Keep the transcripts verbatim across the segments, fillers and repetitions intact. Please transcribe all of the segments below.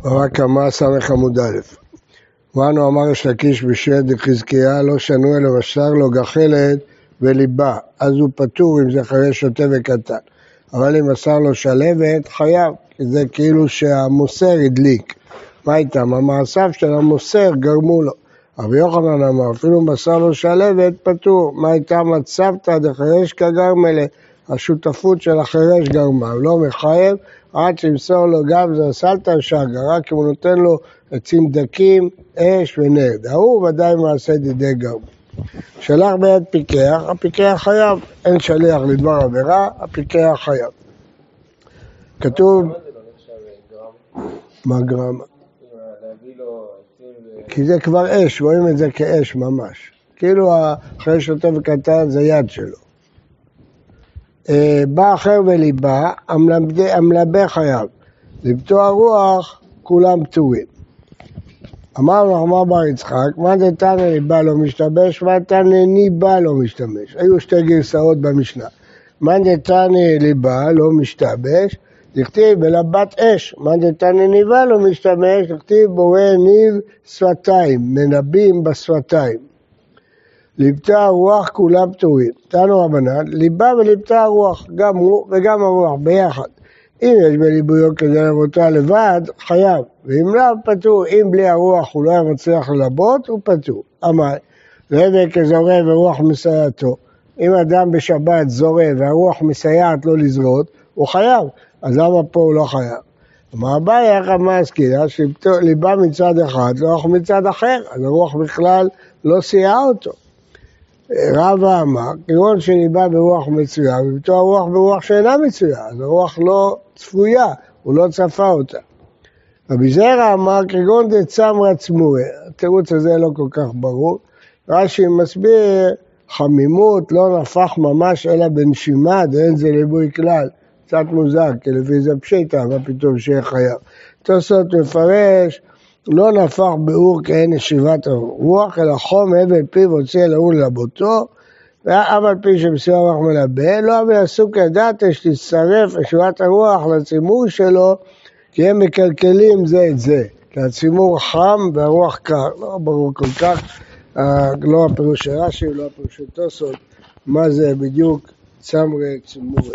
רק כמה סמך עמוד א'. ואנו אמר יש לקיש בשד חזקיה לא שנו אלא בשר לו גחלת וליבה, אז הוא פטור אם זה חרי שוטה וקטן. אבל אם מסר לו שלבת חייב, כי זה כאילו שהמוסר הדליק. מה איתם? המעשיו של המוסר גרמו לו. רבי יוחנן אמר, אפילו מסר לו שלבת פטור. מה איתם? הצוותא דחרש כגרמלה, השותפות של החרש גרמה, הוא לא מחייב, עד שימסור לו גם זה סלטן שגר, רק אם הוא נותן לו עצים דקים, אש ונרד. ההוא ודאי מעשה דידי גרמה. שלח ביד פיקח, הפיקח חייב, אין שליח לדבר עבירה, הפיקח חייב. כתוב... מה גרמה? כי זה כבר אש, רואים את זה כאש ממש. כאילו אחרי שוטה וקטן זה יד שלו. בא אחר וליבה, המלבה חייב. לבטוע רוח, כולם פטורים. אמרנו, אמר בר יצחק, מה דתנא ליבה לא משתבש, מה דתנא ניבה לא משתבש. היו שתי גרסאות במשנה. מה דתנא ליבה לא משתבש, לכתיב בלבת אש. מה דתנא ניבה לא משתבש, לכתיב בורא ניב שפתיים, מנבים בשפתיים. לבטע הרוח כולם פטורים. תנו רבנן, ליבה ולבטע הרוח, גם הוא וגם הרוח ביחד. אם יש בליבויו כדי לבוטה לבד, חייב. ואם לא, פטור. אם בלי הרוח הוא לא היה מצליח ללבות, הוא פטור. אמר, רבק כזורע ורוח מסייעתו. אם אדם בשבת זורע והרוח מסייעת לו לזרות, הוא חייב. אז למה פה הוא לא חייב? אמר, הבעיה איך המסכילה, שליבה מצד אחד, רוח מצד אחר. אז הרוח בכלל לא סייעה אותו. רבא אמר, כגון שליבה ברוח מצויה, ובתור הרוח ברוח שאינה מצויה, אז הרוח לא צפויה, הוא לא צפה אותה. רבי זרע אמר, כגון דצמרא צמורה, התירוץ הזה לא כל כך ברור, רש"י מסביר, חמימות לא נפח ממש אלא בנשימה, דאין זה ליבוי כלל, קצת מוזר, כי לפי זה פשיטה, מה פתאום שיהיה חייב. תוספות מפרש, לא נפח באור כאין נשיבת הרוח, אלא חום הבל פיו הוציא אל האור לבותו, ואף על פי שמסיר הרוח מלבה, לא אבל עסוק ידעת שתצטרף נשיבת הרוח לצימור שלו, כי הם מקלקלים זה את זה, כי הצימור חם והרוח קר, לא ברור כל כך, לא הפירוש של רש"י, לא הפירוש של תוספות, מה זה בדיוק צמרי צימורי.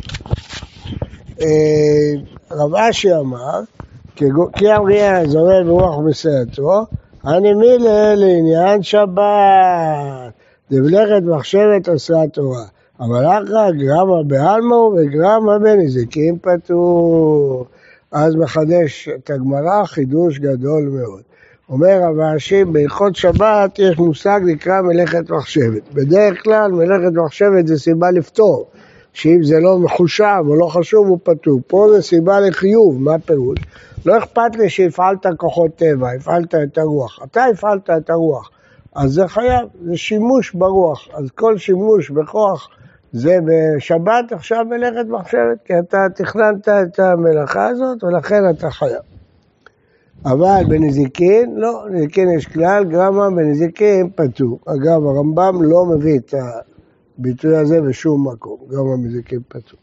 רב אשי אמר, כי אמריה זורע ברוח מסייעתו, הנמילה לעניין שבת, דבלכת מחשבת עושה תורה, אבל אחר גרמה בעלמו וגרמה בנזיקים פטור. אז מחדש את הגמרא חידוש גדול מאוד. אומר רב אשי, בהלכות שבת יש מושג נקרא מלאכת מחשבת. בדרך כלל מלאכת מחשבת זה סיבה לפתור, שאם זה לא מחושב או לא חשוב הוא פטור. פה זה סיבה לחיוב, מה פירוש? לא אכפת לי שהפעלת כוחות טבע, הפעלת את הרוח. אתה הפעלת את הרוח, אז זה חייב, זה שימוש ברוח. אז כל שימוש בכוח זה בשבת עכשיו מלאכת מחשבת, כי אתה תכננת את המלאכה הזאת ולכן אתה חייב. אבל בנזיקין, לא, בנזיקין יש כלל, גרמה בנזיקין פטור. אגב, הרמב"ם לא מביא את הביטוי הזה בשום מקום, גרמה בנזיקין פטור.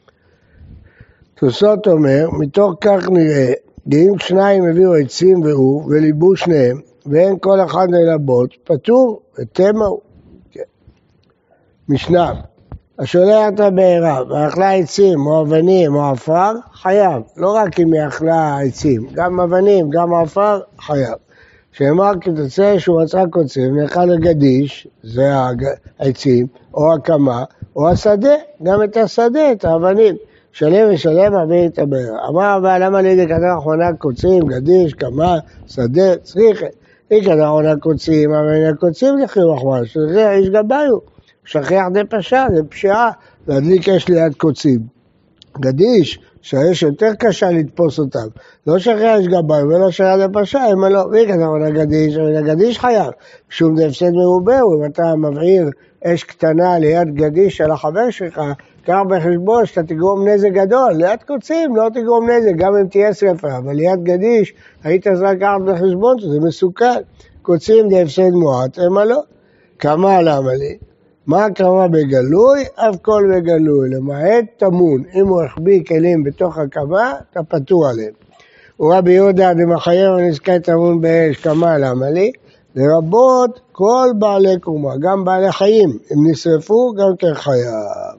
תוספות אומר, מתוך כך נראה, אם שניים הביאו עצים ואור וליבו שניהם, ואין כל אחד ללבות, פטור ותמה הוא. כן. משנה, השולח את הבעירה ואכלה עצים או אבנים או עפר, חייב. לא רק אם היא אכלה עצים, גם אבנים, גם עפר, חייב. שאמר כי תצא שהוא מצא קוצים, נאכל לגדיש, זה העצים, או הקמה, או השדה, גם את השדה, את האבנים. שלם ושלם הביא את הבעירה. אמר אבל למה לידי כתב אחרונה קוצים, גדיש, קמה, שדה, צריכה. היא כתב אחרונה קוצים, אבל הקוצים לכירו אחרונה, שזה איש גביו. שכח די פשע, זה פשיעה, להדליק אש ליד קוצים. גדיש, שיש יותר קשה לתפוס אותם. לא שכח אש גביו ולא שכח די פשע, אם לא, והיא כתב אחרונה גדיש, אבל הגדיש חייב. שום זה הפסד מרובה, אם אתה מבעיר אש קטנה ליד גדיש על החבר שלך, קח בחשבון שאתה תגרום נזק גדול, ליד קוצים לא תגרום נזק, גם אם תהיה שרפה, אבל ליד גדיש היית צריך לקחת בחשבון שזה מסוכן. קוצים זה הפסד מועט, אמה לא. כמה למה לי? מה קרה בגלוי? אף כל בגלוי, למעט תמון. אם הוא החביא כלים בתוך הקמה, אתה פטור עליהם. ורבי יהודה דמחייב הנזקי טמון באש, כמה למה לי? לרבות כל בעלי קומה, גם בעלי חיים, אם נשרפו גם כן חייב.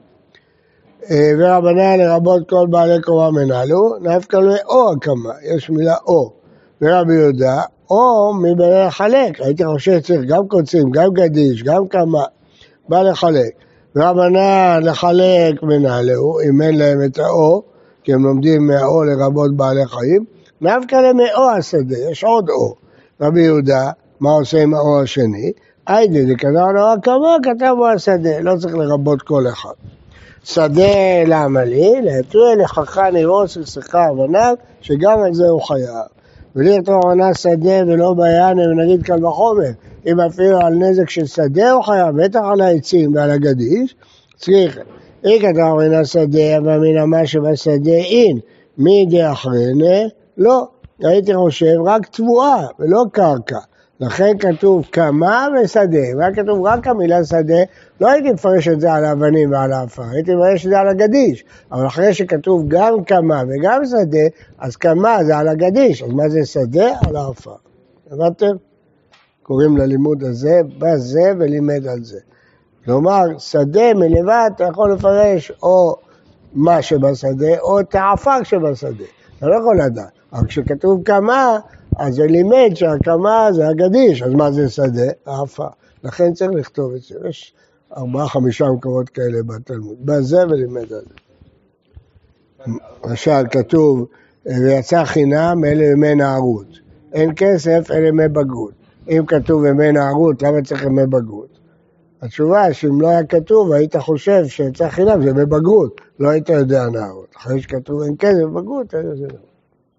ורבנן לרבות כל בעלי קומה מנהלו, נפקא לו או הקמה, יש מילה או. ורבי יהודה, או מבעלי לחלק, הייתי חושב שצריך גם קוצים, גם גדיש, גם קמה, בא לחלק. ורבנן לחלק מנהלו, אם אין להם את האו, כי הם לומדים מהאו לרבות בעלי חיים, נפקא למאו השדה, יש עוד או. רבי יהודה, מה עושה עם האו השני? היידי, זה כתב לו הקמה, כתב לו השדה, לא צריך לרבות כל אחד. שדה למה לי? להתריע לכחה נרוס ושיחה הבניו, שגם על זה הוא חייב. ולרתור עונה שדה ולא ביין, ונגיד קל וחומר, אם אפילו על נזק של שדה הוא חייב, בטח על העצים ועל הגדיש, צריך. אי כתב עונה שדה, אבל מן המה שבשדה אין, מי די אחרנה? לא. הייתי חושב רק תבואה ולא קרקע. לכן כתוב קמה ושדה, והיה כתוב רק המילה שדה, לא הייתי מפרש את זה על האבנים ועל האפר, הייתי מפרש את זה על הגדיש, אבל אחרי שכתוב גם קמה וגם שדה, אז קמה זה על הגדיש, אז מה זה שדה? על האפר. הבנתם? קוראים ללימוד הזה, בזה ולימד על זה. כלומר, שדה מלבד אתה יכול לפרש או מה שבשדה, או את האפר שבשדה, אתה לא יכול לדעת, אבל כשכתוב קמה, אז זה לימד שהקמה זה הגדיש, אז מה זה שדה? האפה. לכן צריך לכתוב את זה. יש ארבעה, חמישה מקומות כאלה בתלמוד. בזה ולימד על זה. למשל, כתוב, ויצא חינם אלה ימי נערות. אין כסף, אלה ימי בגרות. אם כתוב ימי נערות, למה צריך ימי בגרות? התשובה, שאם לא היה כתוב, היית חושב שיצא חינם זה ימי בגרות. לא היית יודע נערות. אחרי שכתוב אין כסף בגרות, אז זה לא.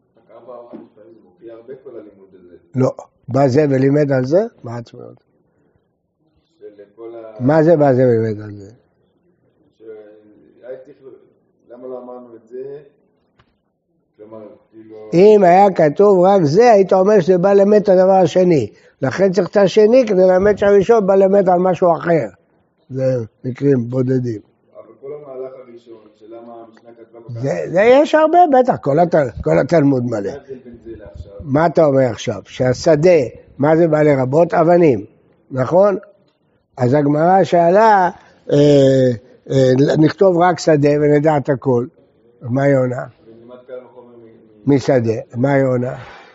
לא, בא זה ולימד על זה? מה עצמאות? מה זה בא זה ולימד על זה? למה לא אמרנו את זה? אם היה כתוב רק זה, היית אומר שזה בא למד את הדבר השני. לכן צריך את השני כדי ללמד שהראשון בא למד על משהו אחר. זה מקרים בודדים. אבל כל המהלך הראשון, שלמה המשנה כתבה... זה, זה יש הרבה, בטח, כל, הת... כל התלמוד מלא. מה אתה אומר עכשיו? שהשדה, מה זה בא לרבות? אבנים, נכון? אז הגמרא שאלה, אה, אה, נכתוב רק שדה ונדע את הכל. מה היא עונה? משדה, מה היא עונה?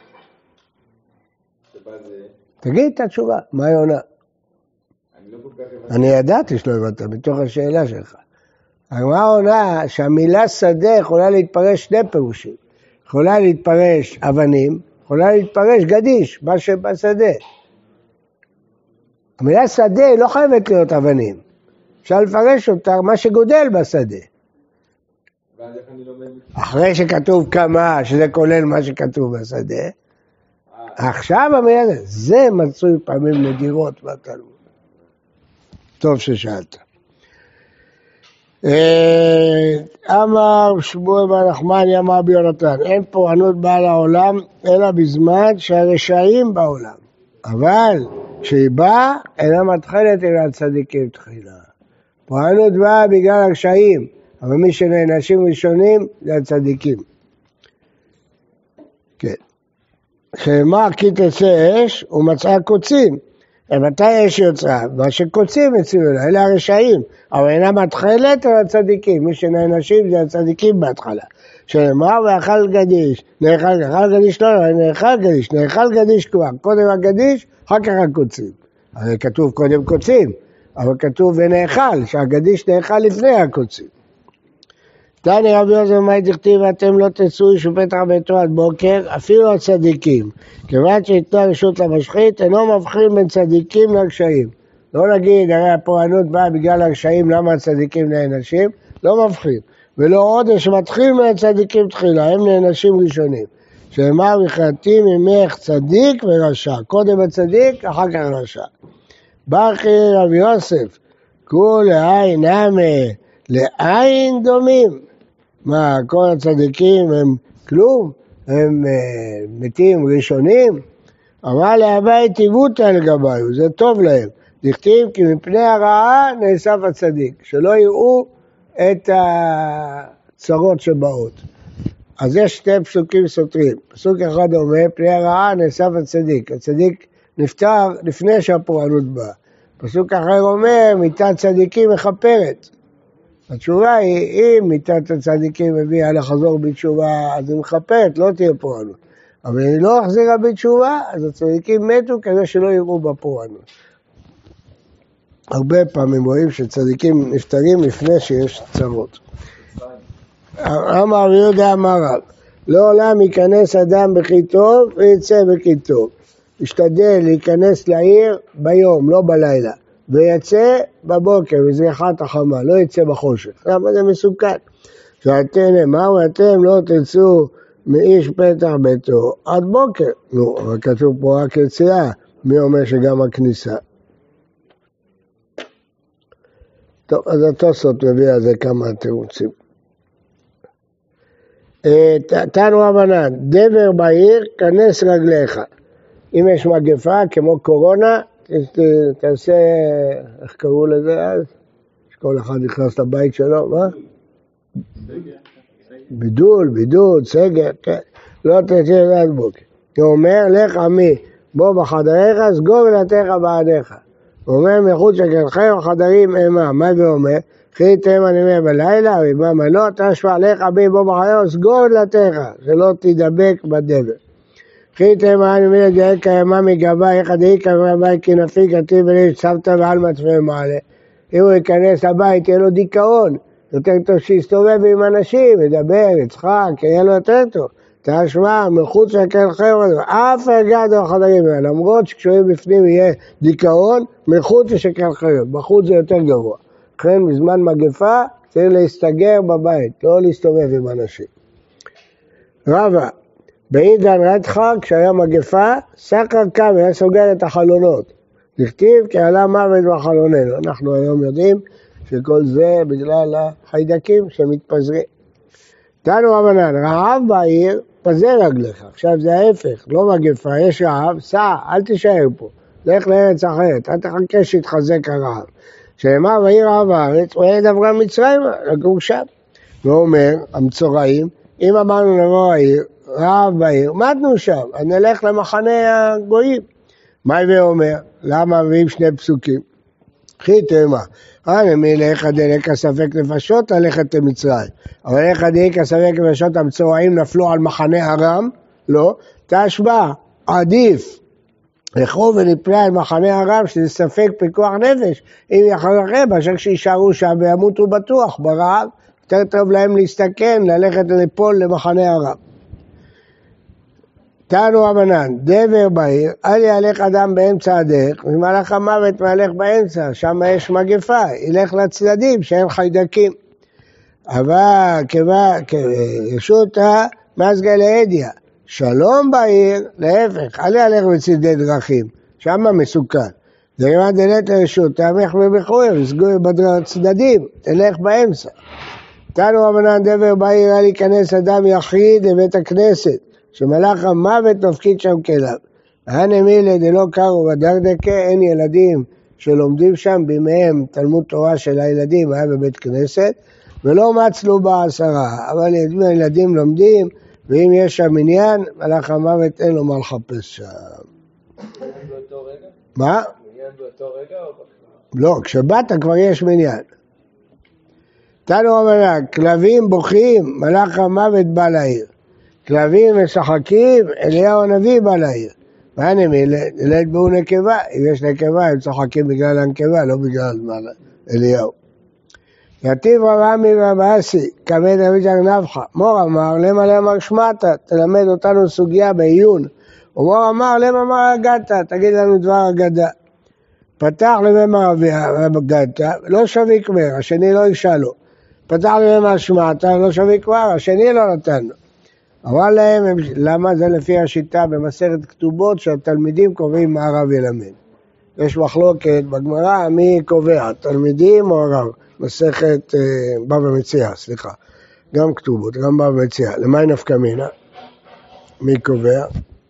תגיד את התשובה, מה היא עונה? אני ידעתי שלא הבנת, בתוך השאלה שלך. הגמרא עונה שהמילה שדה יכולה להתפרש שני פירושים. יכולה להתפרש אבנים, יכולה להתפרש גדיש, מה שבשדה. המילה שדה לא חייבת להיות אבנים. אפשר לפרש אותה, מה שגודל בשדה. אחרי שכתוב כמה, שזה כולל מה שכתוב בשדה, עכשיו המילה הזה, זה מצוי פעמים נדירות בתלמוד. טוב ששאלת. אמר שמואל בן נחמני אמר ביונתן, אין פורענות בעל העולם אלא בזמן שהרשעים בעולם, אבל כשהיא באה אינה מתחילת אלא הצדיקים תחילה. פורענות באה בגלל הרשעים, אבל מי שנענשים ראשונים זה הצדיקים. כן. כשאמר כי תצא אש הוא מצא קוצים, מתי אש יוצאה? מה שקוצים הציבו לה, אלה הרשעים, אבל אינה מתחילת על הצדיקים, מי שנענשים זה הצדיקים בהתחלה. שאמר ואכל גדיש, נאכל, אכל גדיש לא, נאכל גדיש, נאכל גדיש כבר, קודם הגדיש, אחר כך הקוצים. הרי כתוב קודם קוצים, אבל כתוב ונאכל, שהגדיש נאכל לפני הקוצים. תני רבי יוזר מה דכתיב ואתם לא תצאו איש בפתח ביתו עד בוקר, אפילו הצדיקים. כיוון שיתנה רשות למשחית, אינו מבחין בין צדיקים לרשעים. לא נגיד, הרי הפורענות באה בגלל הרשעים, למה הצדיקים נענשים? לא מבחין. ולא עוד שמתחיל מהצדיקים תחילה, הם נענשים ראשונים. שאמר וחרתי ממך צדיק ורשע. קודם הצדיק, אחר כך רשע. ברכי רבי יוסף, כול לעין נמה, לעין דומים. מה, כל הצדיקים הם כלום? הם uh, מתים ראשונים? אמר להבית עיוותה לגביו, זה טוב להם. דכתיב כי מפני הרעה נאסף הצדיק, שלא יראו את הצרות שבאות. אז יש שתי פסוקים סותרים. פסוק אחד אומר, פני הרעה נאסף הצדיק. הצדיק נפטר לפני שהפורענות באה. פסוק אחר אומר, מיתת צדיקים מכפרת. התשובה היא, אם מיתת הצדיקים הביאה לחזור בתשובה, אז היא מכפרת, לא תהיה פורענות. אבל אם היא לא החזירה בתשובה, אז הצדיקים מתו כדי שלא יראו בפורענות. הרבה פעמים רואים שצדיקים נפטרים לפני שיש צרות. אמר יהודה אמר רב, לעולם ייכנס אדם בכי טוב ויצא בכי טוב. ישתדל להיכנס לעיר ביום, לא בלילה, ויצא בבוקר, בזריחת החמה, לא יצא בחושך. למה זה מסוכן? שאתם, אמרו אתם לא תצאו מאיש פתח ביתו עד בוקר. נו, אבל כתוב פה רק יציאה, מי אומר שגם הכניסה? טוב, אז התוספות מביא על זה כמה תירוצים. תנו רבנן, דבר בעיר, כנס רגליך. אם יש מגפה כמו קורונה, תעשה, איך קראו לזה אז? שכל אחד נכנס לבית שלו, מה? בידול, בידוד, סגר, כן. לא תצא עד בוקר. הוא אומר, לך עמי, בוא בחדריך, סגור ונתך בעדיך. הוא אומר, מחוץ לכם חדרים אימה. מה זה אומר? חי תאמה נמי בלילה, ואימה לא, תשמע לך עמי, בוא בחדריך, סגור ונתך, שלא תדבק בדבר. חי תאמה נמי לגאל קיימה מגבה, איך עדי קיימה כי נפיק עתיב וליש צבתא ועל מצווה מעלה. אם הוא ייכנס לבית, יהיה לו דיכאון. יותר טוב שיסתובב עם אנשים, ידבר, יצחק, יהיה לו יותר טוב. תשמע, מחוץ לכם חבר'ה, אף אחד לא חדרים, למרות שכשהוא בפנים יהיה דיכאון, מחוץ לשכם חבר'ה, בחוץ זה יותר גרוע. לכן בזמן מגפה צריך להסתגר בבית, לא להסתובב עם אנשים. רבא, בעידן רדחק, כשהיה מגפה, סקר קם, היה סוגר את החלונות. נכתיב כי עלה מוות בחלוננו. אנחנו היום יודעים שכל זה בגלל החיידקים שמתפזרים. תנו רבנן, רעב בעיר, פזר רגליך. עכשיו זה ההפך, לא מגפה, יש רעב, סע, אל תישאר פה. לך לארץ אחרת, אל תחכה שיתחזק הרעב. שאמר בעיר רעב הארץ, הוא ילד אברהם מצרימה, לגור שם. והוא אומר, המצורעים, אם אמרנו לבוא העיר, רעב בעיר, מתנו שם, אז נלך למחנה הגויים. מה הוא אומר? למה מביאים שני פסוקים? חי תאמה, אה, מלך דלק הספק נפשות, ללכת למצרים. אבל לך דלק הספק נפשות, המצורעים נפלו על מחנה ארם? לא. תשבע, עדיף. לכו ונפלה על מחנה ארם, שזה ספק פיקוח נפש, אם יחרחם, אשר שישארו שם וימותו בטוח, ברעב, יותר טוב להם להסתכן, ללכת לפה למחנה ארם. תנו רבנן, דבר בעיר, אל ילך אדם באמצע הדרך, ומלאך המוות מהלך באמצע, שם יש מגפה, ילך לצדדים שאין חיידקים. אבל כרשותה מזגה לעדיה, שלום בעיר, להפך, אל ילך בצדי דרכים, שם מסוכן. דרימה דלת לרשותה, תמך ובחויר, סגור בצדדים, תלך באמצע. תנו רבנן, דבר בעיר, אל ייכנס אדם יחיד לבית הכנסת, שמלאך המוות נפקיד שם כליו. הנמילה דלא קרו ודרדקה, אין ילדים שלומדים שם בימיהם תלמוד תורה של הילדים, היה בבית כנסת, ולא מצלו בעשרה, אבל ילדים לומדים, ואם יש שם עניין, מלאך המוות אין לו מה לחפש שם. מניין באותו רגע? מה? מניין באותו רגע או בכלל? לא, כשבאת כבר יש מניין. תנו רבנן, כלבים בוכים, מלאך המוות בא לעיר. כלבים משחקים, אליהו הנביא בא לעיר. והנמילה, ילד בו נקבה, אם יש נקבה, הם צוחקים בגלל הנקבה, לא בגלל אליהו. יתיב רבמי ובאסי, כבד רבי ג'רנבך, מור אמר, למה למה שמעת, תלמד אותנו סוגיה בעיון. ומור אמר, למה אמר הגדת, תגיד לנו דבר אגדה. פתח לממה אגדת, לא שוויק מר, השני לא ישאל לו. פתח לממה שמעת, לא שוויק מר, השני לא נתן לו. אמר להם, למה זה לפי השיטה במסכת כתובות שהתלמידים קובעים מה הרב ילמד. יש מחלוקת בגמרא, מי קובע, תלמידים או הרב? מסכת בבא מציעא, סליחה. גם כתובות, גם בבא מציעא. למה נפקא מינה? מי קובע?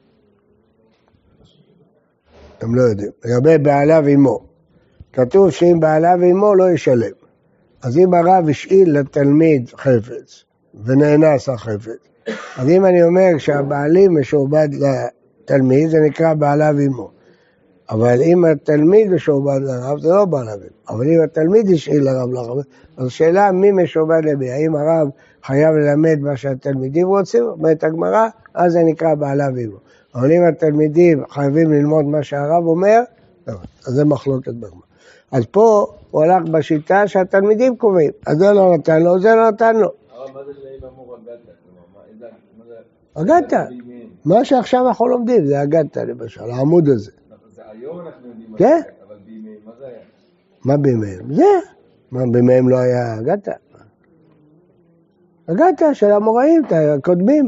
הם לא יודעים. לגבי בעלה ואמו. כתוב שאם בעלה ואמו לא ישלם. אז אם הרב השאיל לתלמיד חפץ, ונאנס החפץ, אז אם אני אומר שהבעלים משועבד לתלמיד, זה נקרא בעליו עמו. אבל אם התלמיד משועבד לרב, זה לא בעליו עמו. אבל אם התלמיד השאיל לרב לרב, אז השאלה מי משועבד למי, האם הרב חייב ללמד מה שהתלמידים רוצים, אומרת הגמרא, אז זה נקרא בעליו עמו. אבל אם התלמידים חייבים ללמוד מה שהרב אומר, אז זה מחלוקת בגמרא. אז פה הוא הלך בשיטה שהתלמידים קובעים, אז זה לא נתן לו, זה לא נתן לו. הרב, מה זה שאם אמור אגדה? אגדה, מה שעכשיו אנחנו לומדים, זה אגדה למשל, העמוד הזה. זה היום אנחנו יודעים מה כן? זה, אבל בימיהם, מה זה היה? מה בימיהם? זה. מה בימיהם לא היה אגדה? אגדה של המוראים, הקודמים.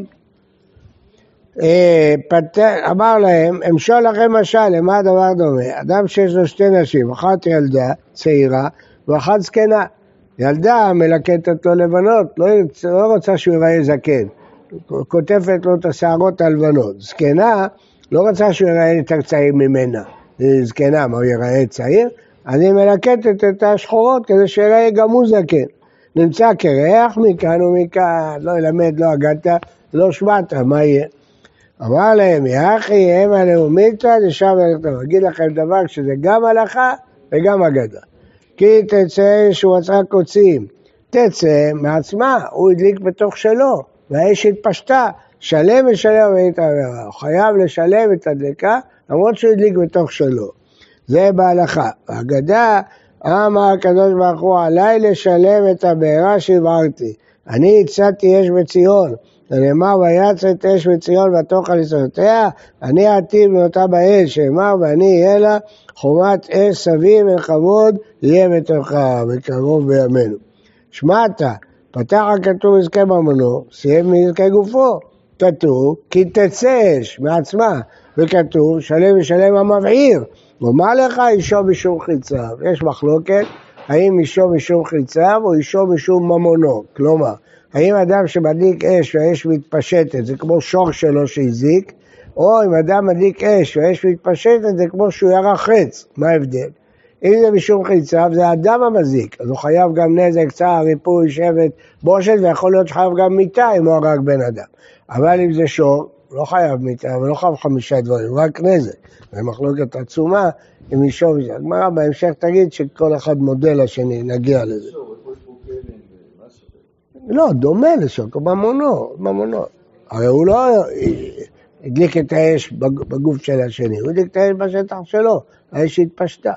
אמר להם, אמשול לכם משל, למה הדבר דומה? אדם שיש לו שתי נשים, אחת ילדה צעירה ואחת זקנה. ילדה מלקטת אותו לבנות, לא, לא רוצה שהוא ייראה זקן, כותפת לו את השערות הלבנות. זקנה לא רוצה שהוא ייראה יותר צעיר ממנה, זקנה, מה הוא ייראה צעיר? אז היא מלקטת את השחורות כדי שיראה גם הוא זקן. נמצא קרח מכאן ומכאן, לא ילמד, לא אגדת, לא שמעת, מה יהיה? אמר להם, יחי, הם הלאומית, נשאר ולכתוב. אגיד לכם דבר שזה גם הלכה וגם אגדה. כי תצא שהוא עצרה קוצים, תצא מעצמה, הוא הדליק בתוך שלו, והאש התפשטה, שלם ושלם ואת העבירה. הוא חייב לשלם את הדלקה, למרות שהוא הדליק בתוך שלו. זה בהלכה. האגדה, אמר הקדוש ברוך הוא, עליי לשלם את הבעירה שהבערתי. אני הצעתי אש בציון. ונאמר ויצא את אש בציון ותאכל יסודותיה, אני עתיד בנותה באש, שאמר ואני אהיה לה חומת אש סביב ולכבוד יהיה בתוכה בקרוב בימינו. שמעת, פתח הכתוב עסקי ממונו, סיים מעסקי גופו. כתוב כי תצא אש מעצמה, וכתוב שלם ושלם המבעיר. ומה לך אישו משום חיציו? יש מחלוקת האם אישו משום חיציו או אישו משום ממונו. כלומר, האם אדם שמדליק אש והאש מתפשטת, זה כמו שור שלו שהזיק, או אם אדם מדליק אש והאש מתפשטת, זה כמו שהוא ירה חץ. מה ההבדל? אם זה משום חיציו, זה האדם המזיק, אז הוא חייב גם נזק, צער, ריפוי, שבט, בושת, ויכול להיות שחייב גם מיתה אם הוא הרג בן אדם. אבל אם זה שור, לא חייב מיתה, אבל לא חייב חמישה דברים, רק נזק. זה מחלוקת עצומה, אם אישו וזה. הגמרא בהמשך תגיד שכל אחד מודל השני, נגיע לזה. לא, דומה לשוק, ממונו, ממונו. הרי הוא לא הדליק את האש בגוף של השני, הוא הדליק את האש בשטח שלו, האש התפשטה.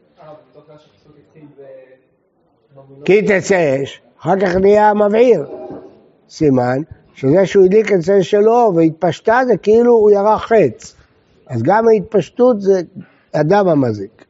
כי תצא אש, אחר כך נהיה מבעיר. סימן, שזה שהוא הדליק את זה שלו והתפשטה זה כאילו הוא ירה חץ. אז גם ההתפשטות זה אדם המזיק.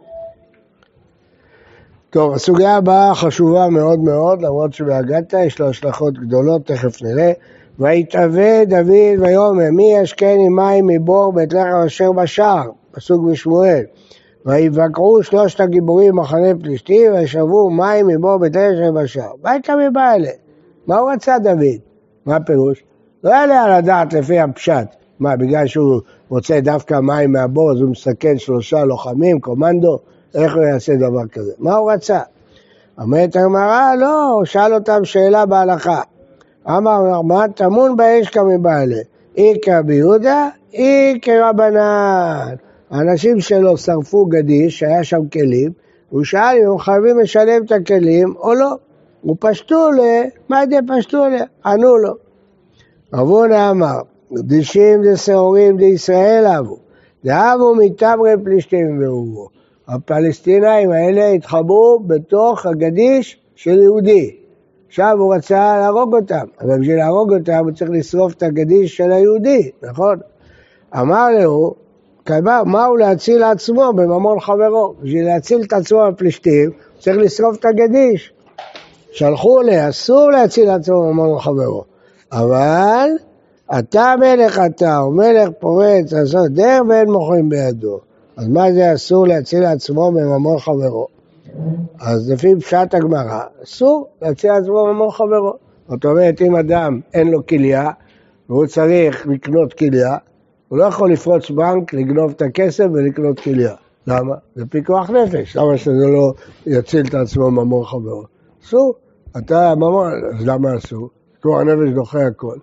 טוב, הסוגיה הבאה חשובה מאוד מאוד, למרות שבהגתה יש לו השלכות גדולות, תכף נראה. ויתאווה דוד ויאמר, מי ישקני מים מבור בית לחם אשר בשער, פסוק בשמואל. ויבקעו שלושת הגיבורים מחנה פלישתים, וישאבו מים מבור בית לחם אשר בשער. ויקם בא אלה. מה הוא רצה דוד? מה הפירוש? לא יעלה על הדעת לפי הפשט. מה, בגלל שהוא רוצה דווקא מים מהבור, אז הוא מסכן שלושה לוחמים, קומנדו? איך הוא יעשה דבר כזה? מה הוא רצה? אומרת הגמרא, לא, הוא שאל אותם שאלה בהלכה. אמר, מה תמון באש כמבעלה? איקרא ביהודה, איקרא רבנן. האנשים שלו שרפו גדיש, שהיה שם כלים, הוא שאל אם הם חייבים לשלם את הכלים או לא. הוא פשטו לה, מה זה פשטו לה? ענו לו. רבונה אמר, גדישים זה שעורים דה ישראל אהבו, דאהבו מתמרי פלישתים ברובו. הפלסטינאים האלה התחברו בתוך הגדיש של יהודי. עכשיו הוא רצה להרוג אותם, אבל בשביל להרוג אותם הוא צריך לשרוף את הגדיש של היהודי, נכון? אמר לו, מה הוא להציל עצמו בממון חברו? בשביל להציל את עצמו בפלישתים, צריך לשרוף את הגדיש. שלחו לי, אסור להציל עצמו בממון חברו. אבל אתה מלך אתה, או מלך פורץ, לעשות דרך ואין מוכרים בידו. אז מה זה אסור להציל עצמו בממון חברו? אז לפי פשט הגמרא, אסור להציל עצמו בממון חברו. זאת אומרת, אם אדם אין לו כליה, והוא צריך לקנות כליה, הוא לא יכול לפרוץ בנק, לגנוב את הכסף ולקנות כליה. למה? זה פיקוח נפש. למה שזה לא יציל את עצמו בממון חברו? אסור. אתה ממון, אז למה אסור? פיקוח נפש דוחה הכל.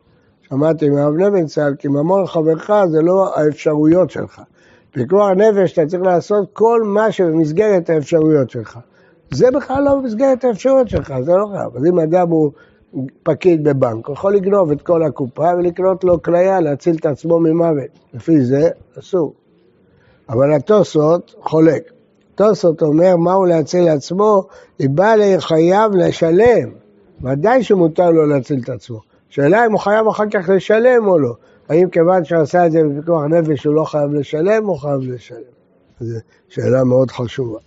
אמרתי מאבנה בן צהל, כי ממון חברך זה לא האפשרויות שלך. פיקוח נפש אתה צריך לעשות כל מה שבמסגרת האפשרויות שלך. זה בכלל לא במסגרת האפשרויות שלך, זה לא חייב. אז אם אדם הוא פקיד בבנק, הוא יכול לגנוב את כל הקופה ולקנות לו כליה, להציל את עצמו ממוות. לפי זה אסור. אבל התוספות חולק. תוספות אומר מהו להציל לעצמו, אם בא לחייב לשלם. ודאי שמותר לו להציל את עצמו. שאלה אם הוא חייב אחר כך לשלם או לא. האם כיוון שעשה את זה בפיקוח נפש הוא לא חייב לשלם או חייב לשלם? זו שאלה מאוד חשובה.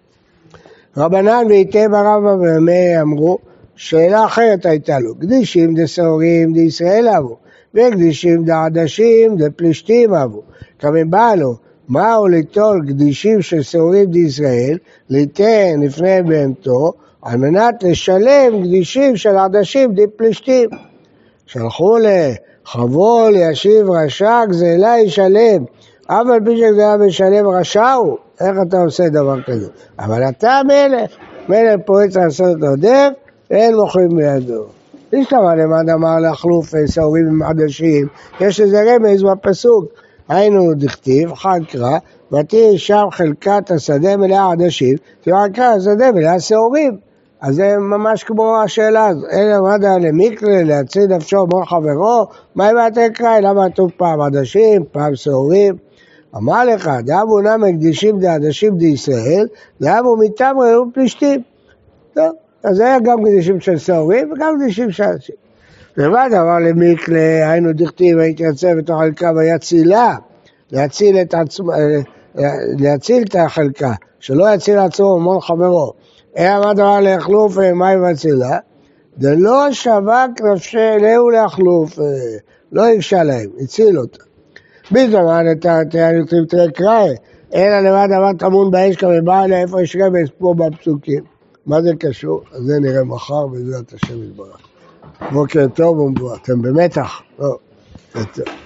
רבנן ויטב הרבה ומאיר אמרו, שאלה אחרת הייתה לו, קדישים דסעורים דישראל אבו, וקדישים דעדשים דפלישתים אבו. כמובן בא לו, מהו ליטול קדישים של סעורים דישראל, ליתן לפני בהמתו, על מנת לשלם קדישים של עדשים דפלישתים. שלחו לחבול ישיב רשע גזלה ישלם, אבל פי שגזלה משלם רשע הוא, איך אתה עושה דבר כזה? אבל אתה מלך, מלך פורץ לעשות את הדרך, ואין מוכרים בידו. נשתמע למד אמר להחלוף סעורים עם עדשים, יש לזה רמז בפסוק, היינו דכתיב, חג קרא, ותהי שם חלקת השדה מלאה עדשים, תראה קרא השדה מלאה סעורים. אז זה ממש כמו השאלה הזו, אין למדה למיקלה, להציל נפשו מול חברו, מה אם אתה קרא, למה כתוב פעם עדשים, פעם סעורים? אמר לך, דאבו נם הקדישים דעדשים דישראל, דאבו מתמרי ופלישתים. טוב, אז זה היה גם קדישים של סעורים וגם קדישים של עדשים. ובד אמר למיקלה, היינו דכתיב, והתייצב בתוך חלקה ויצילה, להציל את עצמו, להציל את החלקה, שלא יציל עצמו מול חברו. אין מה דבר להחלוף מים והצילה, זה לא שווק נפשי אליהו להחלוף, לא יפשע להם, הציל אותה. בזמן אתה תראה תראה קרא, אין לבד דבר טמון באש כמבא אליה איפה יש רמז פה בפסוקים. מה זה קשור? אז זה נראה מחר בעזרת השם יתברך. בוקר טוב ומבוא, אתם במתח? לא, זה טוב.